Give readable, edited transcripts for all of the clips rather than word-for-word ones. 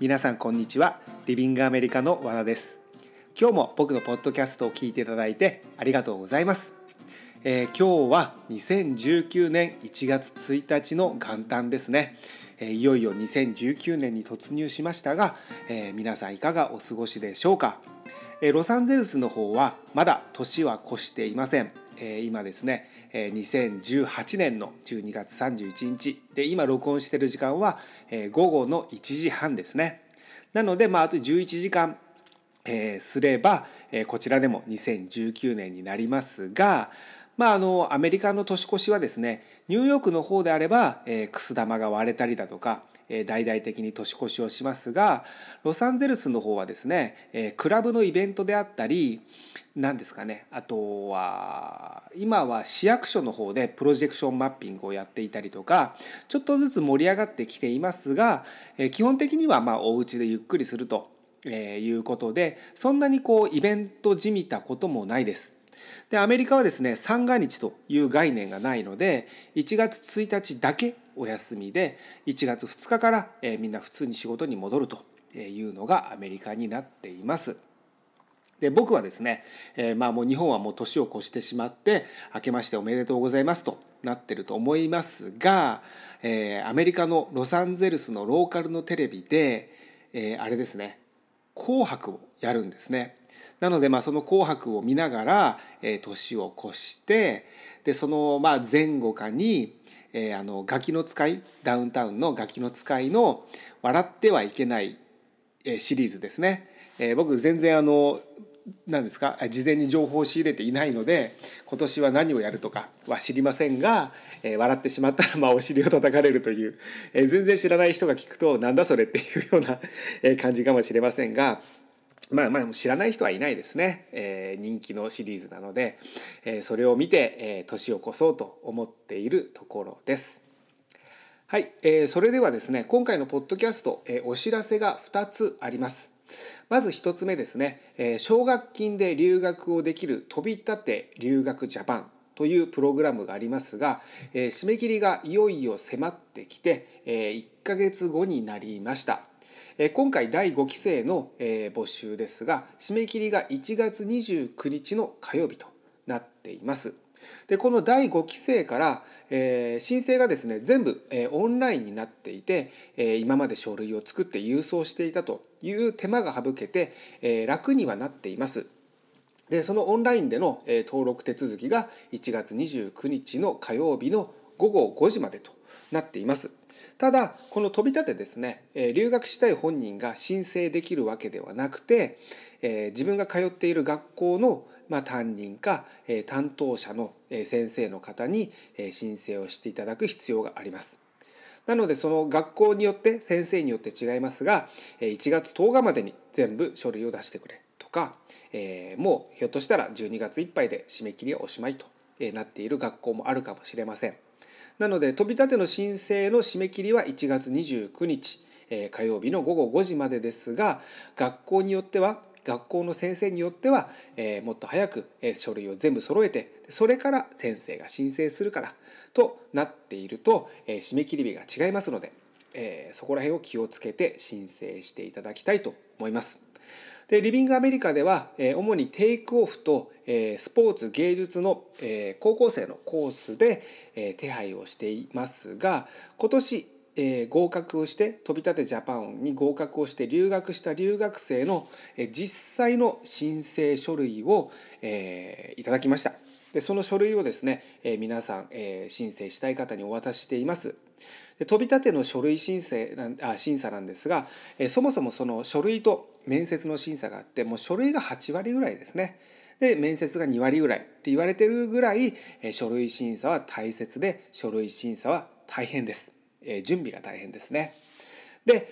皆さんこんにちは。リビングアメリカの和田です。今日も僕のポッドキャストを聞いていただいてありがとうございます。今日は2019年1月1日の元旦ですね。いよいよ2019年に突入しましたが、皆さんいかがお過ごしでしょうか。ロサンゼルスの方はまだ年は越していません。今ですね、2018年の12月31日で、今録音している時間は午後の1時半ですね。なので、あと11時間すればこちらでも2019年になりますが、アメリカの年越しはですね、ニューヨークの方であればくす玉が割れたりだとか大々的に年越しをしますが、ロサンゼルスの方はですね、クラブのイベントであったり何ですかね、あとは今は市役所の方でプロジェクションマッピングをやっていたりとか、ちょっとずつ盛り上がってきていますが、基本的にはお家でゆっくりするということで、そんなにイベントじみたこともないです。で、アメリカはですね、三が日という概念がないので、1月1日だけお休みで、1月2日からみんな普通に仕事に戻るというのがアメリカになっています。で、僕はですね、もう日本はもう年を越してしまって、明けましておめでとうございますとなってると思いますが、アメリカのロサンゼルスのローカルのテレビで、あれですね、紅白をやるんですね。なのでその紅白を見ながら年を越して、でその前後かにガキの使い、ダウンタウンのガキの使いの笑ってはいけないシリーズですね。僕全然何ですか、事前に情報を仕入れていないので、今年は何をやるとかは知りませんが、笑ってしまったらお尻を叩かれるという、全然知らない人が聞くとなんだそれっていうような感じかもしれませんが、知らない人はいないですね。人気のシリーズなので、それを見て年を越そうと思っているところです。はい、それではですね、今回のポッドキャスト、お知らせが2つあります。まず1つ目ですね、奨学金で留学をできる飛び立て留学ジャパンというプログラムがありますが、締め切りがいよいよ迫ってきて、1ヶ月後になりました。今回第5期生の募集ですが、締め切りが1月29日の火曜日となっています。で、この第5期生から、申請がですね、全部、オンラインになっていて、今まで書類を作って郵送していたという手間が省けて、楽にはなっています。で、そのオンラインでの、登録手続きが1月29日の火曜日の午後5時までとなっています。ただ、この飛び立てですね、留学したい本人が申請できるわけではなくて、自分が通っている学校の担任か担当者の先生の方に申請をしていただく必要があります。なので、その学校によって先生によって違いますが、1月10日までに全部書類を出してくれとか、もうひょっとしたら12月いっぱいで締め切りはおしまいとなっている学校もあるかもしれません。なので、飛び立ての申請の締め切りは1月29日火曜日の午後5時までですが、学校によっては、学校の先生によっては、もっと早く書類を全部揃えて、それから先生が申請するからとなっていると、締め切り日が違いますので、そこら辺を気をつけて申請していただきたいと思います。で、リビングアメリカでは主にテイクオフとスポーツ芸術の高校生のコースで手配をしていますが、今年合格をして、飛び立てジャパンに合格をして留学した留学生の実際の申請書類をいただきました。で、その書類をですね、皆さん申請したい方にお渡ししています。で、飛び立ての書類審査なんですが、そもそもその書類と面接の審査があって、もう書類が8割ぐらいですね。で、面接が2割ぐらいって言われてるぐらい書類審査は大切で、書類審査は大変です。準備が大変ですね。で、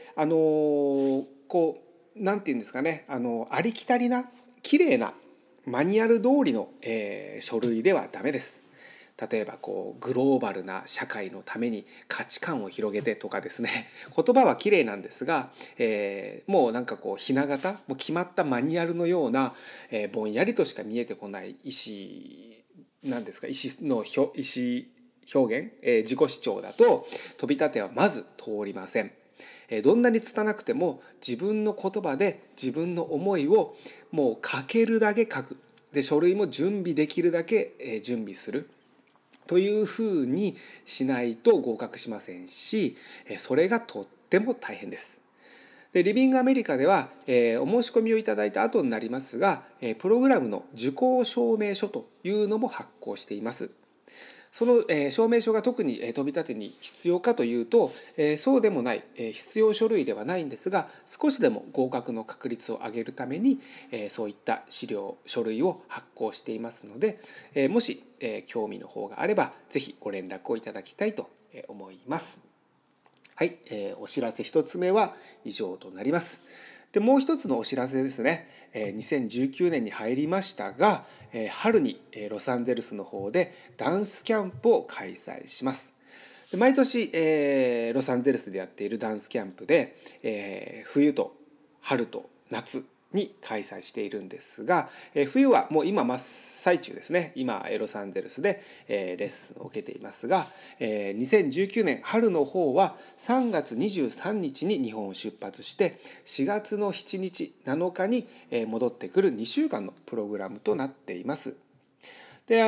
なんていうんですかね、ありきたりな綺麗なマニュアル通りの書類ではダメです。例えばグローバルな社会のために価値観を広げてとかですね、言葉は綺麗なんですが、もうひな形、もう決まったマニュアルのような、ぼんやりとしか見えてこない意思なんですか、意思表現、自己主張だと飛び立てはまず通りません。 どんなに拙くても自分の言葉で自分の思いをもう書けるだけ書く。で、書類も準備できるだけ準備する。というふうにしないと合格しませんし、それがとっても大変です。で、リビングアメリカでは、お申し込みをいただいた後になりますが、プログラムの受講証明書というのも発行しています。その証明書が特に飛び立てに必要かというと、そうでもない必要書類ではないんですが、少しでも合格の確率を上げるためにそういった資料書類を発行していますので、もし興味の方があればぜひご連絡をいただきたいと思います。はい、お知らせ一つ目は以上となります。で、もう一つのお知らせですね。2019年に入りましたが、春にロサンゼルスの方でダンスキャンプを開催します。で、毎年ロサンゼルスでやっているダンスキャンプで冬と春と夏に開催しているんですが、冬はもう今真っ最中ですね。今ロサンゼルスでレッスンを受けていますが、2019年春の方は3月23日に日本を出発して4月の7日7日に戻ってくる2週間のプログラムとなっています。で、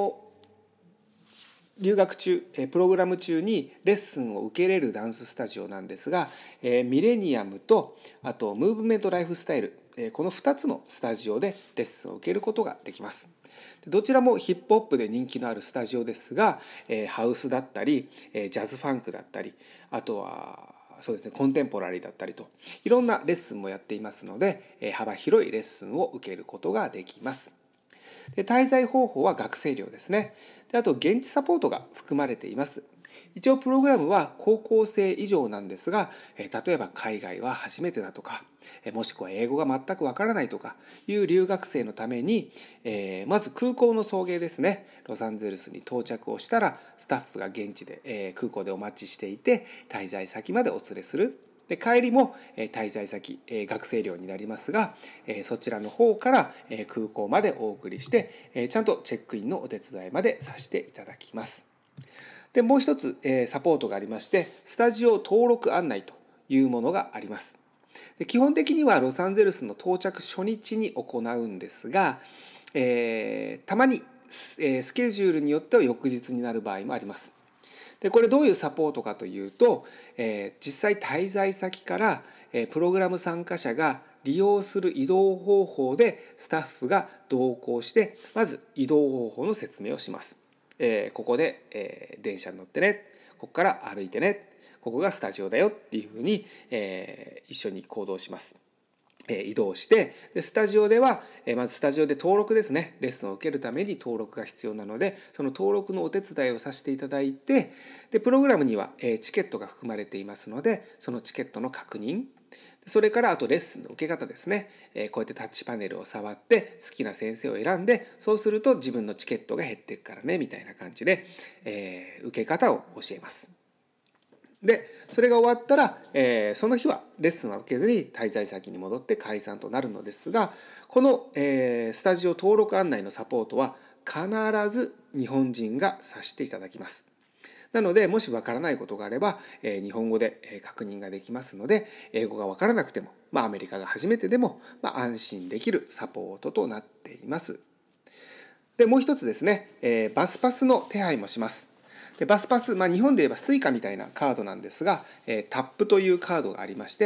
留学中プログラム中にレッスンを受けれるダンススタジオなんですが、ミレニアムとあとムーブメントライフスタイル、この2つのスタジオでレッスンを受けることができます。どちらもヒップホップで人気のあるスタジオですが、ハウスだったりジャズファンクだったり、あとはそうですね、コンテンポラリーだったりといろんなレッスンもやっていますので、幅広いレッスンを受けることができます。で、滞在方法は学生寮ですね。で、あと現地サポートが含まれています。一応プログラムは高校生以上なんですが、例えば海外は初めてだとか、もしくは英語が全くわからないとかいう留学生のために、まず空港の送迎ですね。ロサンゼルスに到着をしたらスタッフが現地で、空港でお待ちしていて滞在先までお連れする。で、帰りも滞在先学生寮になりますが、そちらの方から空港までお送りしてちゃんとチェックインのお手伝いまでさせていただきます。で、もう一つサポートがありまして、スタジオ登録案内というものがあります。で、基本的にはロサンゼルスの到着初日に行うんですが、たまにスケジュールによっては翌日になる場合もあります。で、これどういうサポートかというと、実際滞在先からプログラム参加者が利用する移動方法でスタッフが同行してまず移動方法の説明をします。ここで、電車に乗ってね、ここから歩いてね、ここがスタジオだよっていうふうに、一緒に行動します。移動して、でスタジオではまずスタジオで登録ですね、レッスンを受けるために登録が必要なので、その登録のお手伝いをさせていただいて、でプログラムにはチケットが含まれていますので、そのチケットの確認、それからあとレッスンの受け方ですね。こうやってタッチパネルを触って好きな先生を選んで、そうすると自分のチケットが減っていくからねみたいな感じで、受け方を教えます。で、それが終わったら、その日はレッスンは受けずに滞在先に戻って解散となるのですが、この、スタジオ登録案内のサポートは必ず日本人がさせていただきます。なので、もしわからないことがあれば、日本語で確認ができますので、英語がわからなくても、アメリカが初めてでも、安心できるサポートとなっています。で、もう一つですね、バスパスの手配もします。で、バスパス、日本で言えばスイカみたいなカードなんですが、タップというカードがありまして、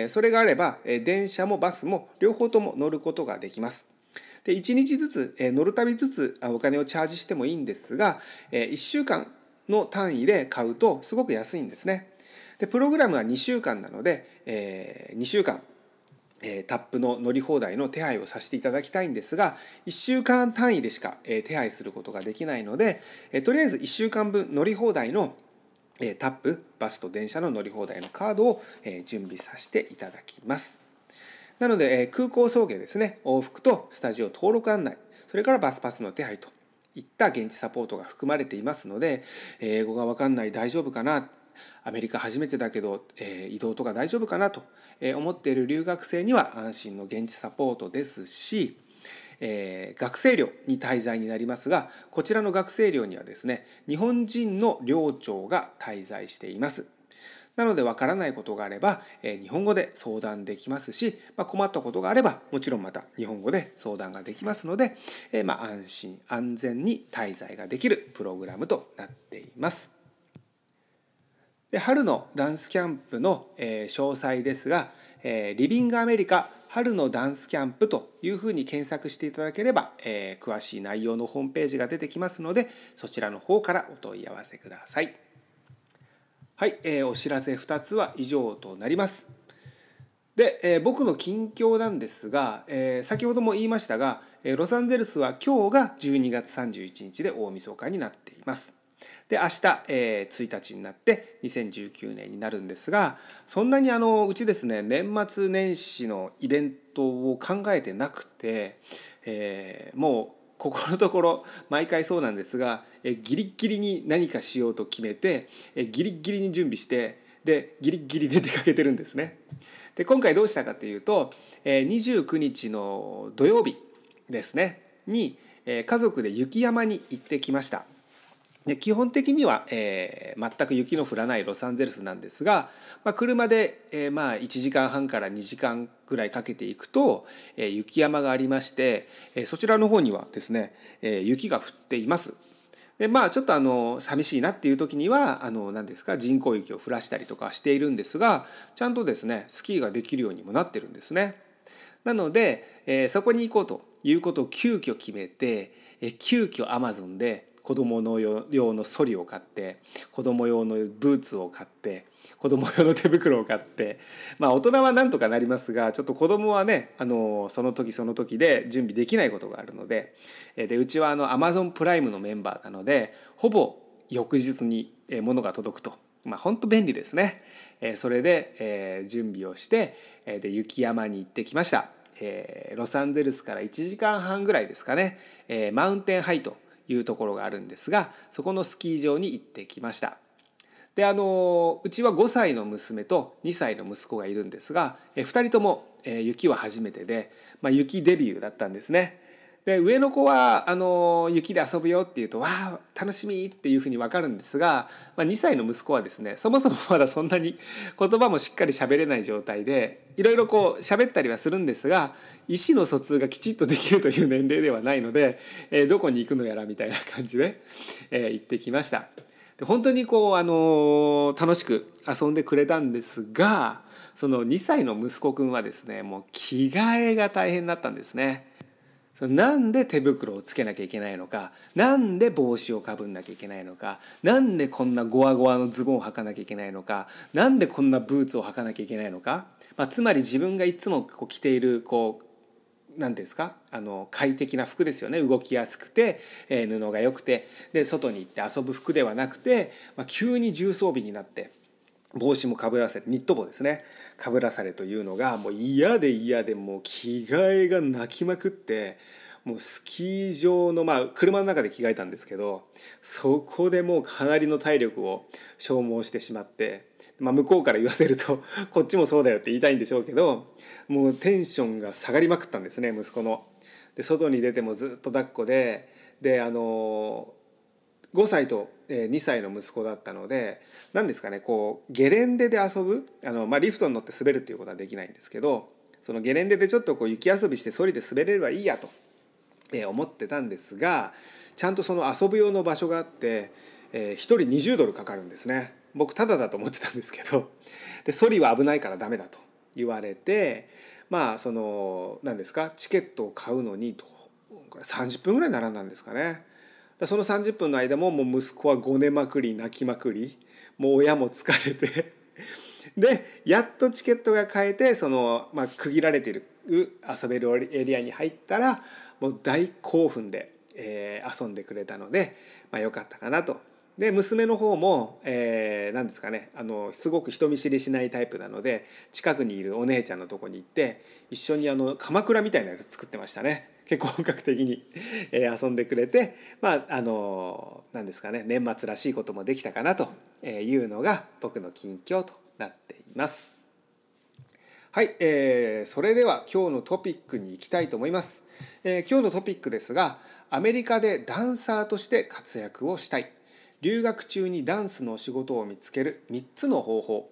それがあれば、電車もバスも両方とも乗ることができます。で、1日ずつ、乗るたびずつお金をチャージしてもいいんですが、1週間の単位で買うとすごく安いんですね。で、プログラムは2週間なので、2週間タップの乗り放題の手配をさせていただきたいんですが、1週間単位でしか手配することができないので、とりあえず1週間分乗り放題のタップ、バスと電車の乗り放題のカードを準備させていただきます。なので空港送迎ですね、往復とスタジオ登録案内、それからバスパスの手配といった現地サポートが含まれていますので、英語が分かんない、大丈夫かな、アメリカ初めてだけど、移動とか大丈夫かなと思っている留学生には安心の現地サポートですし、学生寮に滞在になりますが、こちらの学生寮にはですね、日本人の寮長が滞在しています。 なのでわからないことがあれば、日本語で相談できますし、困ったことがあればもちろんまた日本語で相談ができますので、安心安全に滞在ができるプログラムとなっています。で、春のダンスキャンプの、詳細ですが、リビングアメリカ春のダンスキャンプというふうに検索していただければ、詳しい内容のホームページが出てきますので、そちらの方からお問い合わせください。はい、お知らせ2つは以上となります。で、僕の近況なんですが、先ほども言いましたが、ロサンゼルスは今日が12月31日で大晦日になっています。で、明日、1日になって2019年になるんですが、そんなにうちですね、年末年始のイベントを考えてなくて、もうここのところ毎回そうなんですが、ギリギリに何かしようと決めて、ギリギリに準備して、でギリギリで出かけてるんですね。で、今回どうしたかというと、29日の土曜日ですねに、家族で雪山に行ってきました。で、基本的には、全く雪の降らないロサンゼルスなんですが、車で、1時間半から2時間ぐらいかけていくと、雪山がありまして、そちらの方にはですね、雪が降っています。で、ちょっと寂しいなっていう時には何ですか、人工雪を降らしたりとかしているんですが、ちゃんとですねスキーができるようにもなってるんですね。なので、そこに行こうということを急遽決めて、急遽アマゾンで子供の用のソリを買って、子供用のブーツを買って、子供用の手袋を買って、大人はなんとかなりますが、ちょっと子供はね、その時その時で準備できないことがあるので、うちはAmazon プライムのメンバーなので、ほぼ翌日に物が届くと。本当便利ですね。それで、準備をして、で雪山に行ってきました。ロサンゼルスから1時間半ぐらいですかね、マウンテンハイというところがあるんですが、そこのスキー場に行ってきました。で、うちは5歳の娘と2歳の息子がいるんですが、2人とも、雪は初めてで、雪デビューだったんですね。で、上の子は雪で遊ぶよって言うと、わあ楽しみっていうふうに分かるんですが、2歳の息子はですね、そもそもまだそんなに言葉もしっかり喋れない状態で、いろいろこう喋ったりはするんですが、意思の疎通がきちっとできるという年齢ではないので、どこに行くのやらみたいな感じで、行ってきました。で、本当にこう楽しく遊んでくれたんですが、その2歳の息子くんはですね、もう着替えが大変だったんですね。なんで手袋をつけなきゃいけないのか、なんで帽子をかぶんなきゃいけないのか、なんでこんなゴワゴワのズボンを履かなきゃいけないのか、なんでこんなブーツを履かなきゃいけないのか、つまり自分がいつもこう着ている何ですか、快適な服ですよね。動きやすくて、布が良くて、で外に行って遊ぶ服ではなくて、急に重装備になって帽子もかぶらせて、ニット帽ですね、かぶらされというのがもう嫌で嫌で、もう着替えが泣きまくって、もうスキー場の車の中で着替えたんですけど、そこでもうかなりの体力を消耗してしまって、向こうから言わせるとこっちもそうだよって言いたいんでしょうけど、もうテンションが下がりまくったんですね、息子の。で、外に出てもずっと抱っこで、5歳と2歳の息子だったので、何ですかね、こうゲレンデで遊ぶ、リフトに乗って滑るっていうことはできないんですけど、そのゲレンデでちょっとこう雪遊びしてソリで滑れればいいやと、思ってたんですが、ちゃんとその遊ぶ用の場所があって、1人20ドルかかるんですね。僕タダだと思ってたんですけど、でソリは危ないからダメだと言われて、その何ですか、チケットを買うのに30分ぐらい並んだんですかね。その30分の間ももう息子はごねまくり泣きまくり、もう親も疲れてでやっとチケットが買えて、その、区切られている遊べるエリアに入ったら、もう大興奮で、遊んでくれたので、良かったかなと。で、娘の方も、何ですかね、すごく人見知りしないタイプなので、近くにいるお姉ちゃんのとこに行って一緒に鎌倉みたいなやつ作ってましたね。結構本格的に遊んでくれて、何ですかね、年末らしいこともできたかなというのが僕の近況となっています。はい、それでは今日のトピックに行きたいと思います。今日のトピックですが、アメリカでダンサーとして活躍をしたい、留学中にダンスの仕事を見つける3つの方法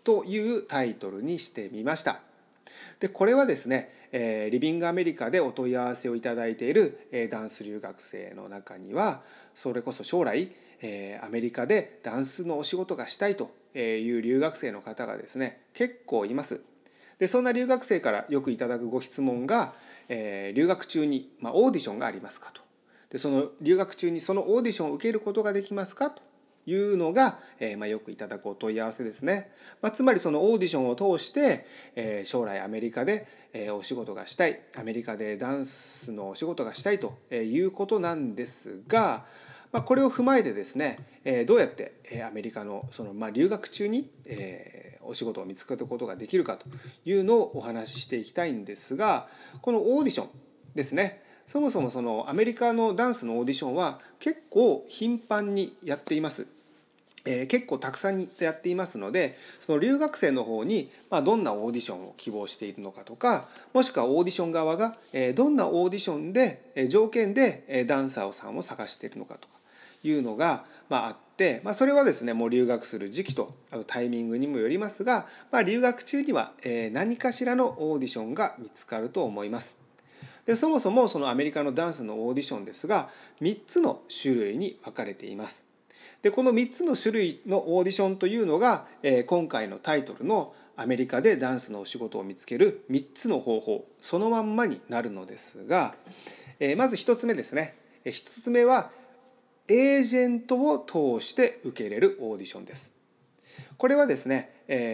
というタイトルにしてみました。でこれはですね、リビングアメリカでお問い合わせをいただいているダンス留学生の中には、それこそ将来アメリカでダンスのお仕事がしたいという留学生の方がですね結構います。でそんな留学生からよくいただくご質問が、留学中に、オーディションがありますかと。でその留学中にそのオーディションを受けることができますかというのが、よくいただくお問い合わせですね。つまりそのオーディションを通して、将来アメリカで、お仕事がしたい、アメリカでダンスのお仕事がしたいということなんですが、これを踏まえてですね、どうやってアメリカの留学中にお仕事を見つけることができるかというのをお話ししていきたいんですが、このオーディションですね。そもそもそのアメリカのダンスのオーディションは結構頻繁にやっています。結構たくさんやっていますので、その留学生の方にどんなオーディションを希望しているのかとか、もしくはオーディション側がどんなオーディションで条件でダンサーさんを探しているのかとかいうのがあって、それはですねもう留学する時期とタイミングにもよりますが、留学中には何かしらのオーディションが見つかると思います。でそもそもそのアメリカのダンスのオーディションですが3つの種類に分かれています。でこの3つの種類のオーディションというのが、今回のタイトルのアメリカでダンスのお仕事を見つける3つの方法そのまんまになるのですが、まず1つ目ですね。1つ目はエージェントを通して受けれるオーディションです。これはですね、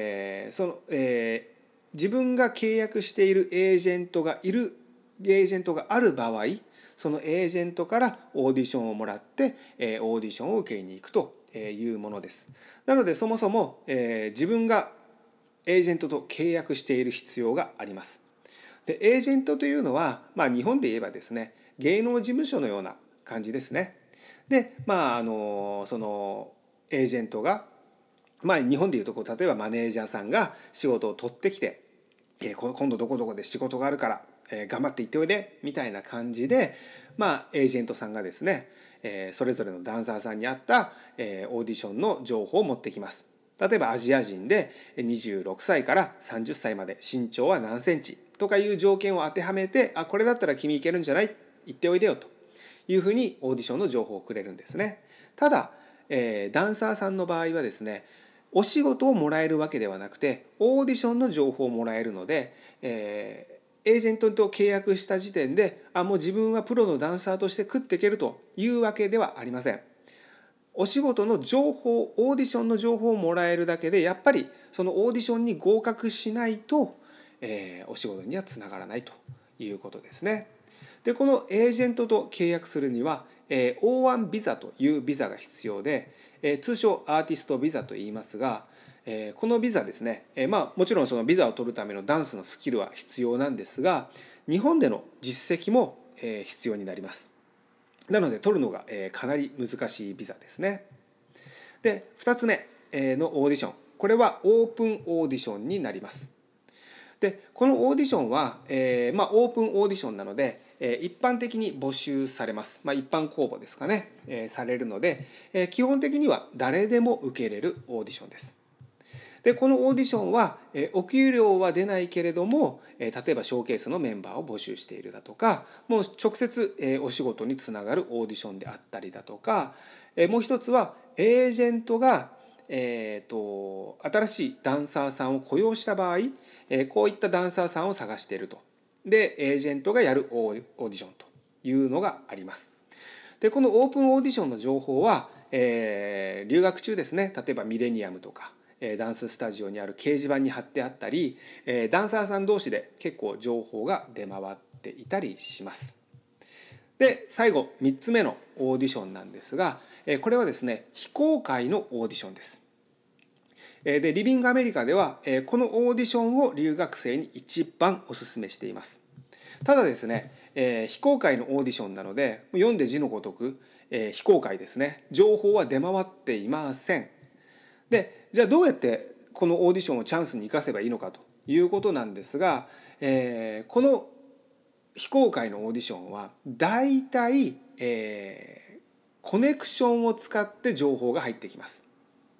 自分が契約しているエージェントがある場合、そのエージェントからオーディションをもらってオーディションを受けに行くというものです。なのでそもそも自分がエージェントと契約している必要があります。でエージェントというのは、日本で言えばですね芸能事務所のような感じですね。でそのエージェントが日本でいうと例えばマネージャーさんが仕事を取ってきて今度どこどこで仕事があるから頑張って行っておいでみたいな感じで、エージェントさんがですねそれぞれのダンサーさんに合ったオーディションの情報を持ってきます。例えばアジア人で26歳から30歳まで身長は何センチとかいう条件を当てはめてこれだったら君いけるんじゃない、行っておいでよというふうにオーディションの情報をくれるんですね。ただ、ダンサーさんの場合はですねお仕事をもらえるわけではなくてオーディションの情報をもらえるので、エージェントと契約した時点でもう自分はプロのダンサーとして食っていけるというわけではありません。お仕事の情報、オーディションの情報をもらえるだけでやっぱりそのオーディションに合格しないと、お仕事にはつながらないということですね。でこのエージェントと契約するには、O1 ビザというビザが必要で、通称アーティストビザと言いますが、このビザですね、もちろんそのビザを取るためのダンスのスキルは必要なんですが日本での実績も必要になります。なので取るのがかなり難しいビザですね。で2つ目のオーディション、これはオープンオーディションになります。でこのオーディションは、オープンオーディションなので、一般的に募集されます。一般公募ですかね、されるので、基本的には誰でも受けれるオーディションです。でこのオーディションは、お給料は出ないけれども、例えばショーケースのメンバーを募集しているだとか、もう直接、お仕事につながるオーディションであったりだとか、もう一つはエージェントが新しいダンサーさんを雇用した場合、こういったダンサーさんを探していると。でエージェントがやるオーディションというのがあります。でこのオープンオーディションの情報は、留学中ですね、例えばミレニアムとかダンススタジオにある掲示板に貼ってあったり、ダンサーさん同士で結構情報が出回っていたりします。で最後3つ目のオーディションなんですが、これはですね非公開のオーディションです。でリビングアメリカではこのオーディションを留学生に一番お勧めしています。ただですね、非公開のオーディションなので読んで字のごとく、非公開ですね、情報は出回っていません。でじゃあどうやってこのオーディションをチャンスに生かせばいいのかということなんですが、この非公開のオーディションはだいたいコネクションを使って情報が入ってきます。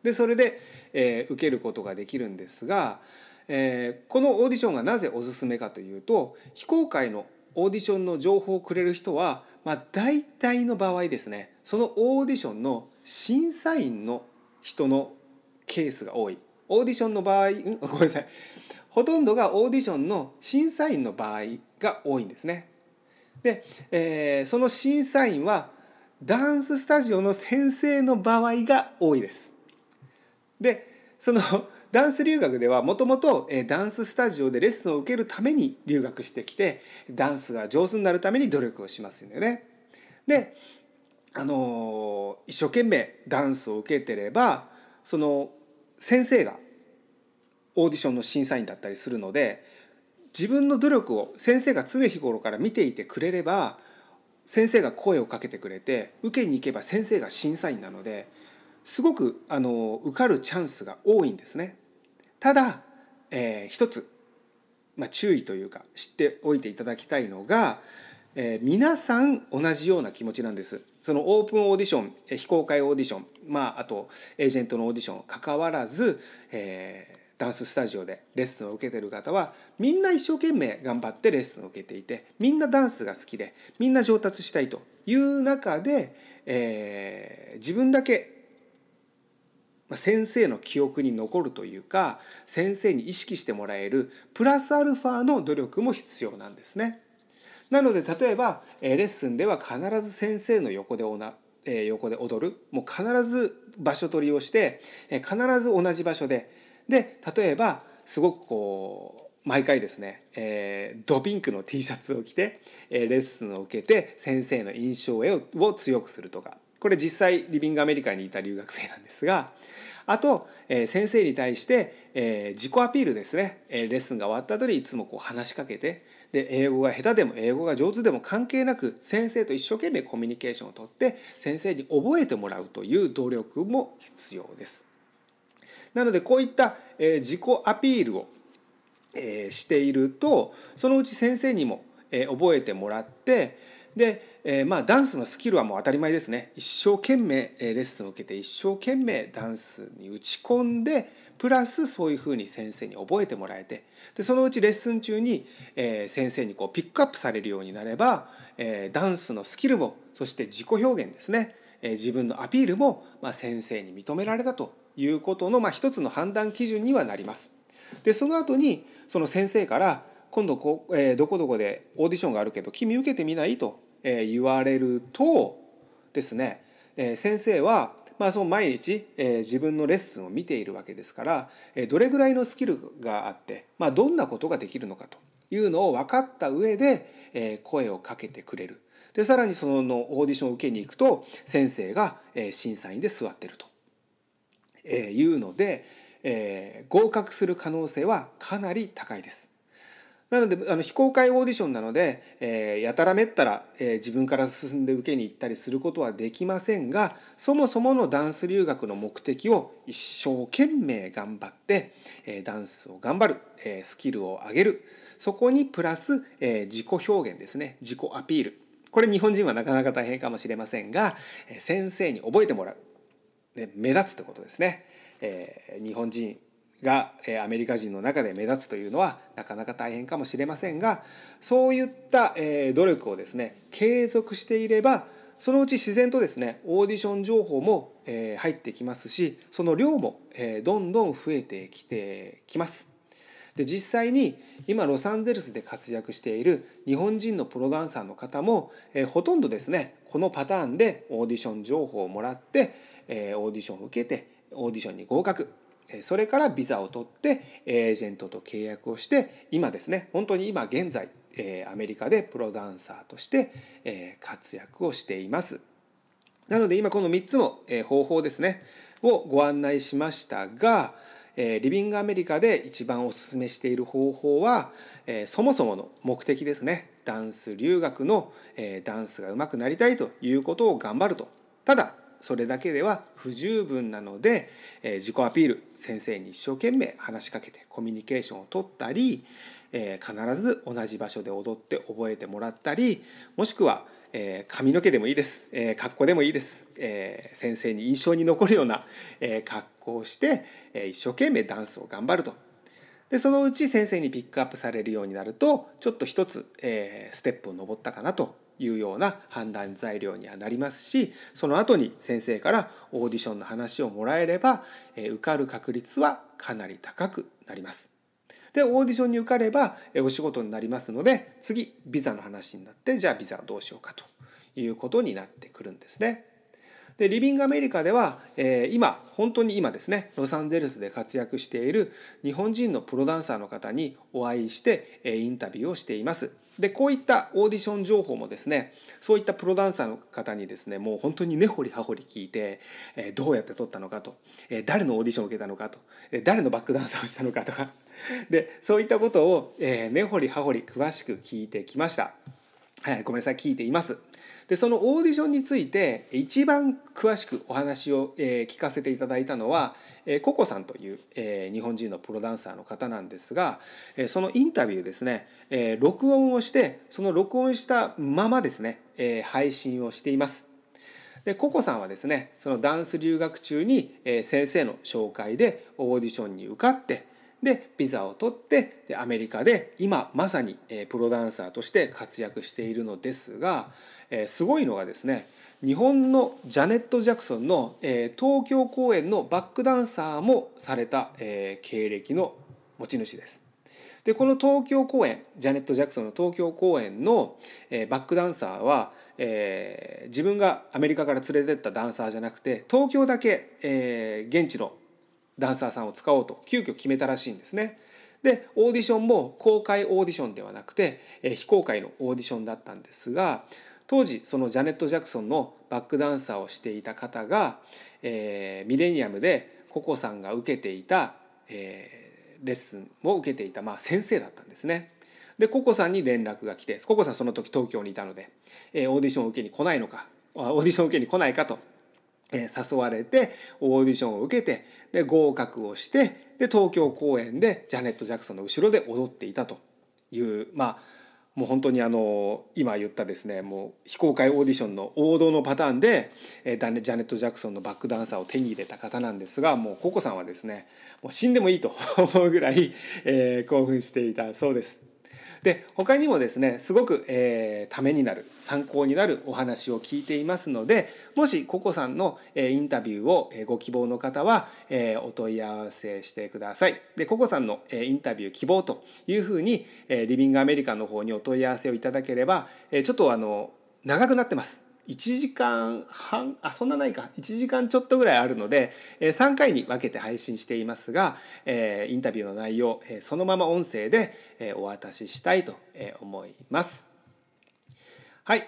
でそれで、受けることができるんですが、このオーディションがなぜおすすめかというと、非公開のオーディションの情報をくれる人は、大体の場合ですね、そのオーディションの審査員の人のケースが多い。オーディションの場合、ごめんなさい。ほとんどがオーディションの審査員の場合が多いんですね。で、その審査員はダンススタジオの先生の場合が多いです。で、そのダンス留学ではもともとダンススタジオでレッスンを受けるために留学してきて、ダンスが上手になるために努力をしますよね。で、一生懸命ダンスを受けてれば、その先生がオーディションの審査員だったりするので、自分の努力を先生が常日頃から見ていてくれれば、先生が声をかけてくれて、受けに行けば先生が審査員なので、すごく受かるチャンスが多いんですね。ただ、一つ、注意というか知っておいていただきたいのが、皆さん同じような気持ちなんです。そのオープンオーディション、非公開オーディション、あとエージェントのオーディションかかわらず、ダンススタジオでレッスンを受けている方はみんな一生懸命頑張ってレッスンを受けていて、みんなダンスが好きでみんな上達したいという中で、自分だけ先生の記憶に残るというか、先生に意識してもらえるプラスアルファの努力も必要なんですね。なので例えばレッスンでは必ず先生の横で踊る、もう必ず場所取りをして必ず同じ場所で、例えばすごく毎回ですね、ドピンクの T シャツを着てレッスンを受けて先生の印象を強くするとか、これ実際リビングアメリカにいた留学生なんですが、あと先生に対して自己アピールですね。レッスンが終わった後にいつも話しかけて、で英語が下手でも英語が上手でも関係なく先生と一生懸命コミュニケーションをとって先生に覚えてもらうという努力も必要です。なのでこういった自己アピールをしていると、そのうち先生にも覚えてもらって、でダンスのスキルはもう当たり前ですね。一生懸命レッスンを受けて一生懸命ダンスに打ち込んで、プラスそういうふうに先生に覚えてもらえて、でそのうちレッスン中に先生にピックアップされるようになれば、ダンスのスキルも、そして自己表現ですね、自分のアピールも先生に認められたということの一つの判断基準にはなります。でその後にその先生から今度どこどこでオーディションがあるけど君受けてみないと言われるとですね、先生はその毎日自分のレッスンを見ているわけですから、どれぐらいのスキルがあってどんなことができるのかというのを分かった上で声をかけてくれる。でさらにそのオーディションを受けに行くと先生が審査員で座っているというので、合格する可能性はかなり高いです。なので非公開オーディションなので、やたらめったら、自分から進んで受けに行ったりすることはできませんが、そもそものダンス留学の目的を一生懸命頑張って、ダンスを頑張る、スキルを上げる、そこにプラス、自己表現ですね、自己アピール、これ日本人はなかなか大変かもしれませんが、先生に覚えてもらう、目立つということですね。日本人がアメリカ人の中で目立つというのはなかなか大変かもしれませんが、そういった努力をですね継続していれば、そのうち自然とですねオーディション情報も入ってきますし、その量もどんどん増えてきます。で実際に今ロサンゼルスで活躍している日本人のプロダンサーの方もほとんどですねこのパターンでオーディション情報をもらってオーディションを受けてオーディションに合格、それからビザを取ってエージェントと契約をして、今ですね本当に今現在アメリカでプロダンサーとして活躍をしています。なので今この3つの方法ですねをご案内しましたが、リビングアメリカで一番おすすめしている方法はそもそもの目的ですね。ダンス留学のダンスが上手くなりたいということを頑張ると。ただそれだけでは不十分なので、自己アピール、先生に一生懸命話しかけてコミュニケーションを取ったり、必ず同じ場所で踊って覚えてもらったり、もしくは髪の毛でもいいです、格好でもいいです、先生に印象に残るような、格好をして、一生懸命ダンスを頑張ると。でそのうち先生にピックアップされるようになると、ちょっと一つ、ステップを上ったかなというような判断材料にはなりますし、その後に先生からオーディションの話をもらえれば、受かる確率はかなり高くなります。でオーディションに受かればお仕事になりますので、次ビザの話になって、じゃあビザはどうしようかということになってくるんですね。でリビングアメリカでは、本当に今ですね、ロサンゼルスで活躍している日本人のプロダンサーの方にお会いしてインタビューをしています。でこういったオーディション情報もですね、そういったプロダンサーの方にですね、もう本当に根掘り葉掘り聞いて、どうやって撮ったのかと、誰のオーディションを受けたのかと、誰のバックダンサーをしたのかとかでそういったことを根掘り葉掘り詳しく聞いてきました。ごめんなさい、聞いています。でそのオーディションについて一番詳しくお話を聞かせていただいたのはココさんという日本人のプロダンサーの方なんですが、そのインタビューですね、録音をして、その録音したままですね、配信をしています。でココさんはですね、そのダンス留学中に先生の紹介でオーディションに受かって、でビザを取って、でアメリカで今まさにプロダンサーとして活躍しているのですが、すごいのがですね、日本のジャネット・ジャクソンの東京公演のバックダンサーもされた経歴の持ち主です。でこの東京公演、ジャネット・ジャクソンの東京公演のバックダンサーは、自分がアメリカから連れてったダンサーじゃなくて、東京だけ、現地のダンサーさんを使おうと急遽決めたらしいんですね。でオーディションも公開オーディションではなくて、非公開のオーディションだったんですが、当時そのジャネット・ジャクソンのバックダンサーをしていた方が、ミレニアムでココさんが受けていた、レッスンを受けていた、先生だったんですね。でココさんに連絡が来て、ココさんその時東京にいたので、オーディションを受けに来ないのか、オーディションを受けに来ないかと誘われて、オーディションを受けて、で合格をして、で東京公演でジャネット・ジャクソンの後ろで踊っていたという、もう本当に今言ったですね、もう非公開オーディションの王道のパターンでジャネット・ジャクソンのバックダンサーを手に入れた方なんですが、もうココさんはですね、もう死んでもいいと思うぐらい、興奮していたそうです。で他にもですね、すごく、ためになる、参考になるお話を聞いていますので、もしココさんの、インタビューを、ご希望の方は、お問い合わせしてください。でココさんの、インタビュー希望というふうに、リビングアメリカの方にお問い合わせをいただければ、ちょっと長くなってます。1時間半、そんなないか、1時間ちょっとぐらいあるので、3回に分けて配信していますが、インタビューの内容、そのまま音声でお渡ししたいと思います。はい、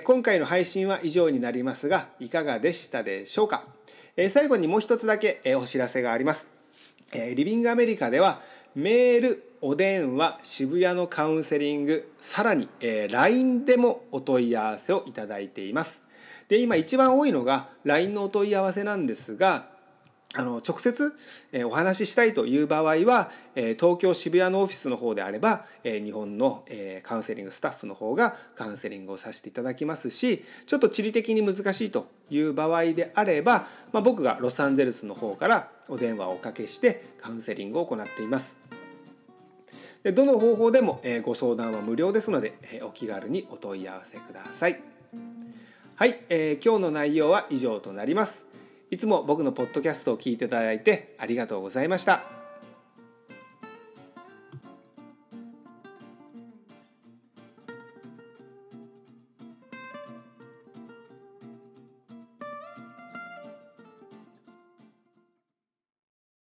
今回の配信は以上になりますが、いかがでしたでしょうか。最後にもう一つだけお知らせがあります。リビングアメリカではメール、お電話、渋谷のカウンセリング、さらに LINE でもお問い合わせをいただいています。で今一番多いのが LINE のお問い合わせなんですが、直接お話ししたいという場合は東京渋谷のオフィスの方であれば日本のカウンセリングスタッフの方がカウンセリングをさせていただきますし、ちょっと地理的に難しいという場合であれば、僕がロサンゼルスの方からお電話をおかけしてカウンセリングを行っています。でどの方法でもご相談は無料ですのでお気軽にお問い合わせください。はい、今日の内容は以上となります。いつも僕のポッドキャストを聞いていただいてありがとうございました。